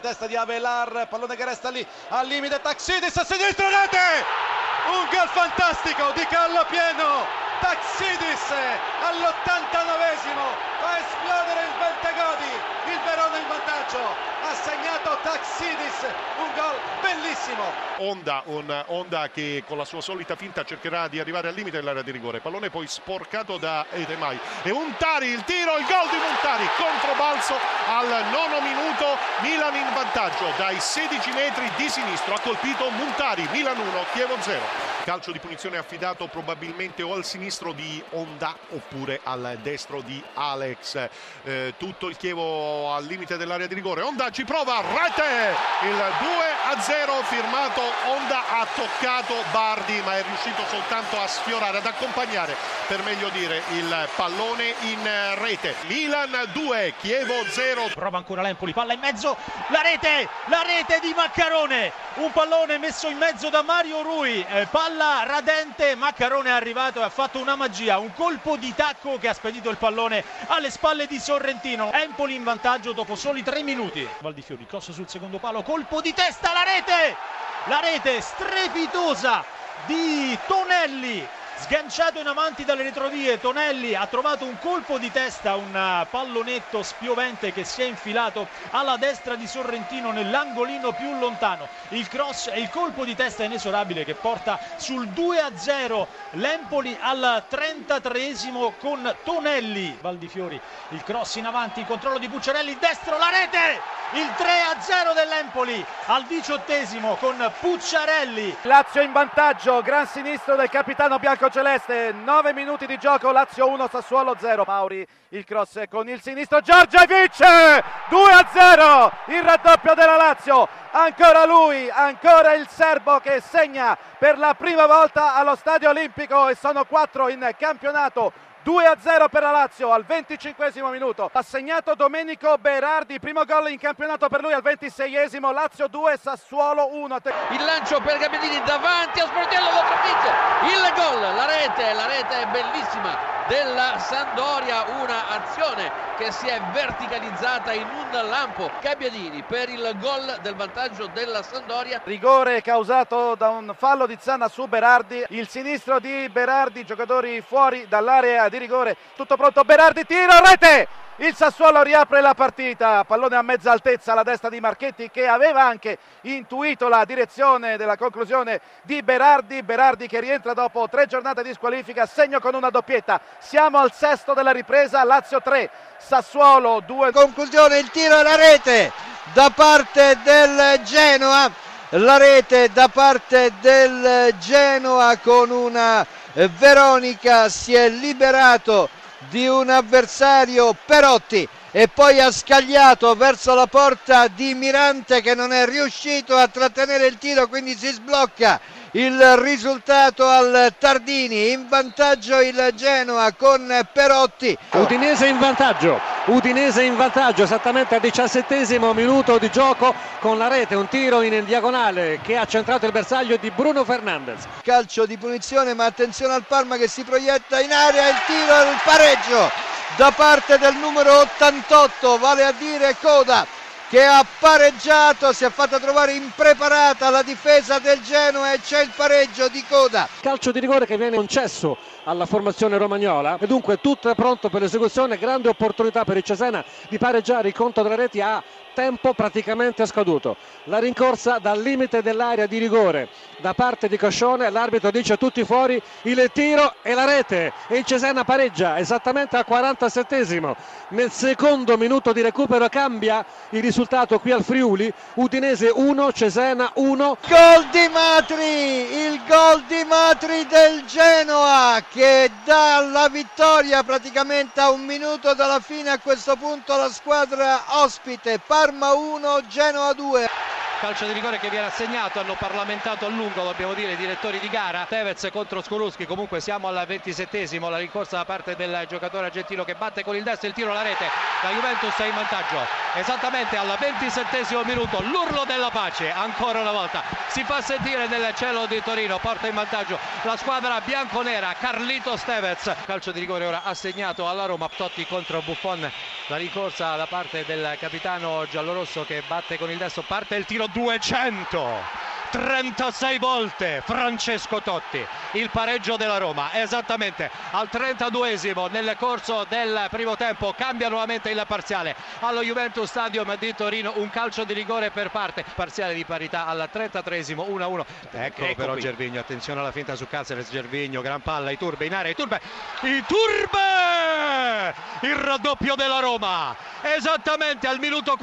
testa di Avelar, pallone che resta lì al limite, Taxidis a sinistra, rete! Un gol fantastico di Callopieno, Taxidis all'89esimo fa esplodere il Bentegodi, il Verona in vantaggio, ha segnato Taxidis, un gol bellissimo. Onda che con la sua solita finta cercherà di arrivare al limite dell'area di rigore, pallone poi sporcato da Etemai e Muntari, il tiro, il gol di Muntari, controbalzo al 9° minuto, Milan in vantaggio dai 16 metri di sinistro, ha colpito Muntari, Milan 1, Chievo 0. Calcio di punizione affidato probabilmente o al sinistro di Onda oppure al destro di Alex. Tutto il Chievo al limite dell'area di rigore. Onda ci prova, rete! Il 2-0 firmato. Onda ha toccato Bardi ma è riuscito soltanto a sfiorare, ad accompagnare per meglio dire il pallone in rete. Milan 2, Chievo 0. Prova ancora l'Empoli, palla in mezzo, la rete di Maccarone, un pallone messo in mezzo da Mario Rui, palla radente, Maccarone è arrivato e ha fatto una magia, un colpo di tacco che ha spedito il pallone alle spalle di Sorrentino. Empoli in vantaggio dopo soli 3 minuti. Valdifiori, cross sul secondo palo, colpo di testa, la rete strepitosa di Tonelli, sganciato in avanti dalle retrovie. Tonelli ha trovato un colpo di testa, un pallonetto spiovente che si è infilato alla destra di Sorrentino nell'angolino più lontano. Il cross e il colpo di testa inesorabile che porta sul 2-0 l'Empoli al 33esimo con Tonelli. Valdifiori, il cross in avanti, il controllo di Pucciarelli, destro, la rete! Il 3-0 dell'Empoli al 18esimo con Pucciarelli. Lazio in vantaggio, gran sinistro del capitano biancoceleste, 9 minuti di gioco, Lazio 1, Sassuolo 0. Mauri, il cross con il sinistro, Djordjevic, 2-0, il raddoppio della Lazio, ancora lui, ancora il serbo che segna per la prima volta allo Stadio Olimpico e sono 4 in campionato. 2-0 per la Lazio al 25esimo minuto. Ha segnato Domenico Berardi, primo gol in campionato per lui al 26esimo. Lazio 2, Sassuolo 1. Il lancio per Gabbiadini davanti a Sportiello, lo trafigge. Il gol, la rete è bellissima della Sampdoria, una azione che si è verticalizzata in un lampo. Gabbiadini per il gol del vantaggio della Sampdoria. Rigore causato da un fallo di Zanna su Berardi, il sinistro di Berardi, giocatori fuori dall'area di rigore, tutto pronto, Berardi, tiro, rete! Il Sassuolo riapre la partita, pallone a mezza altezza alla destra di Marchetti che aveva anche intuito la direzione della conclusione di Berardi. Berardi che rientra dopo 3 giornate di squalifica, segno con una doppietta. Siamo al 6° della ripresa, Lazio 3, Sassuolo 2. Conclusione, il tiro e la rete da parte del Genoa. La rete da parte del Genoa con una Veronica, si è liberato di un avversario, Perotti, e poi ha scagliato verso la porta di Mirante che non è riuscito a trattenere il tiro, quindi si sblocca il risultato al Tardini. In vantaggio il Genoa con Perotti. Udinese in vantaggio esattamente al 17esimo minuto di gioco con la rete, un tiro in diagonale che ha centrato il bersaglio di Bruno Fernandes. Calcio di punizione, ma attenzione al Parma che si proietta in area, il tiro e il pareggio da parte del numero 88, vale a dire Coda, che ha pareggiato, si è fatta trovare impreparata la difesa del Genoa e c'è il pareggio di Coda. Calcio di rigore che viene concesso alla formazione romagnola e dunque tutto è pronto per l'esecuzione, grande opportunità per il Cesena di pareggiare, il conto delle reti a tempo praticamente scaduto. La rincorsa dal limite dell'area di rigore da parte di Coscione, l'arbitro dice tutti fuori, il tiro e la rete e il Cesena pareggia esattamente al 47esimo. Nel secondo minuto di recupero cambia il risultato qui al Friuli, Udinese 1, Cesena 1. Gol di Matri, il gol di Matri del Genoa che dà la vittoria praticamente a 1 minuto dalla fine a questo punto alla squadra ospite. Parma 1, Genoa 2. Calcio di rigore che viene assegnato, hanno parlamentato a lungo, dobbiamo dire, i direttori di gara. Tevez contro Skorupski, comunque siamo al 27esimo, la rincorsa da parte del giocatore argentino che batte con il destro il tiro alla rete. La Juventus è in vantaggio, esattamente al 27esimo minuto, l'urlo della pace, ancora una volta, si fa sentire nel cielo di Torino, porta in vantaggio la squadra bianconera, Carlitos Tevez. Calcio di rigore ora assegnato alla Roma, Totti contro Buffon La rincorsa da parte del capitano giallorosso che batte con il destro, parte il tiro 236 volte Francesco Totti, il pareggio della Roma esattamente al 32esimo nel corso del primo tempo. Cambia nuovamente il parziale allo Juventus Stadium di Torino, un calcio di rigore per parte, parziale di parità al 33esimo, 1-1. Eccolo però Gervinho, attenzione alla finta su Caceres, Gervinho, gran palla, Iturbe in area, Iturbe, il raddoppio della Roma esattamente al minuto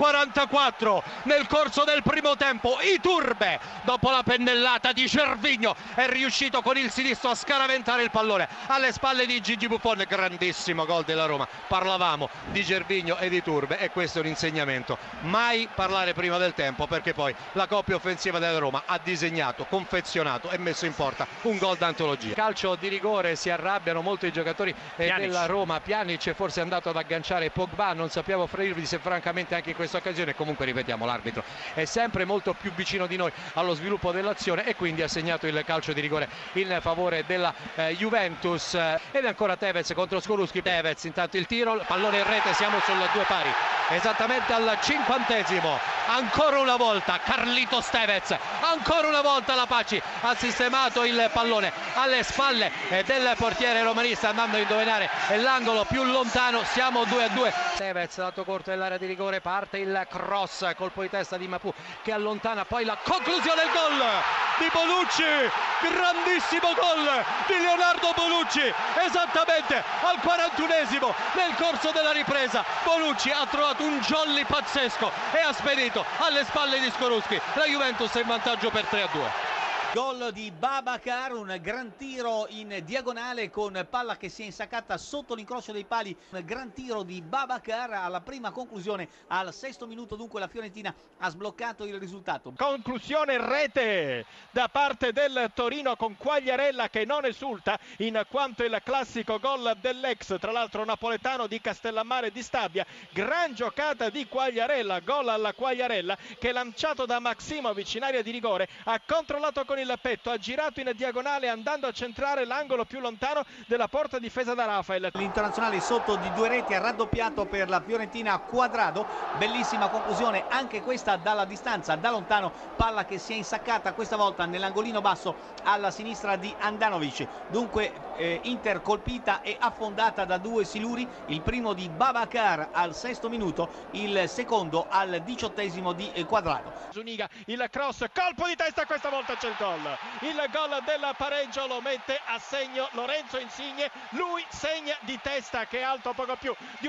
44 nel corso del primo tempo. Iturbe, dopo la pennellata di Gervinho, è riuscito con il sinistro a scaraventare il pallone alle spalle di Gigi Buffon. Grandissimo gol della Roma. Parlavamo di Gervinho e di Iturbe e questo è un insegnamento: mai parlare prima del tempo, perché poi la coppia offensiva della Roma ha disegnato, confezionato e messo in porta un gol d'antologia. Calcio di rigore, si arrabbiano molto i giocatori della Roma. Pjanic è forse andato ad agganciare Pogba, non sappiamo freirvi se francamente anche in questa occasione. Comunque ripetiamo, l'arbitro è sempre molto più vicino di noi allo sviluppo dell'azione e quindi ha segnato il calcio di rigore in favore della Juventus. Ed è ancora Tevez contro Skorupski. Tevez, intanto il tiro, pallone in rete, siamo sul 2 pari esattamente al 50esimo. Ancora una volta Carlitos Tevez, ancora una volta la Paci ha sistemato il pallone alle spalle del portiere romanista, andando a indovinare l'angolo più lontano. Siamo 2-2. Tevez, lato corto dell'area di rigore, parte il cross, colpo di testa di Mapu che allontana, poi la conclusione, il gol di Bonucci, grandissimo gol di Leonardo Bonucci esattamente al 41esimo nel corso della ripresa. Bonucci ha trovato un jolly pazzesco e ha spedito alle spalle di Skorupski la Juventus in vantaggio per 3-2. Gol di Babacar, un gran tiro in diagonale con palla che si è insaccata sotto l'incrocio dei pali. Un gran tiro di Babacar alla prima conclusione al 6° minuto, dunque la Fiorentina ha sbloccato il risultato. Conclusione rete da parte del Torino con Quagliarella che non esulta in quanto il classico gol dell'ex, tra l'altro napoletano, di Castellammare di Stabia. Gran giocata di Quagliarella, gol alla Quagliarella che, lanciato da Maksimovic in area di rigore, ha controllato con il petto, ha girato in diagonale andando a centrare l'angolo più lontano della porta difesa da Rafael. L'internazionale sotto di 2 reti ha raddoppiato per la Fiorentina Quadrado, bellissima conclusione anche questa dalla distanza, da lontano, palla che si è insaccata questa volta nell'angolino basso alla sinistra di Andanovic. Dunque Inter colpita e affondata da 2 siluri, il primo di Babacar al 6° minuto, il secondo al 18esimo di Quadrado. Zuniga, il cross, colpo di testa, questa volta c'è il gol. Il gol del pareggio lo mette a segno Lorenzo Insigne, lui segna di testa, che è alto poco più di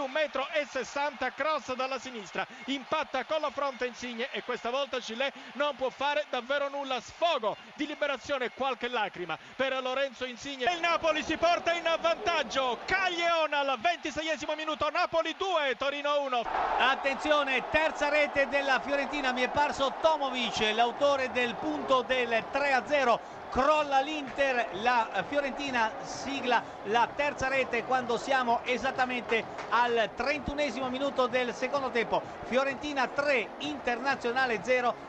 1,60 m, cross dalla sinistra, impatta con la fronte Insigne e questa volta Gillet non può fare davvero nulla. Sfogo di liberazione, qualche lacrima per Lorenzo Insigne. Il Napoli si porta in vantaggio, Caglion al 26esimo minuto, Napoli 2, Torino 1. Attenzione, terza rete della Fiorentina, mi è parso Tomovic, l'autore del punto del 3-0. Crolla l'Inter, la Fiorentina sigla la terza rete quando siamo esattamente al 31esimo minuto del secondo tempo. Fiorentina 3, Internazionale 0.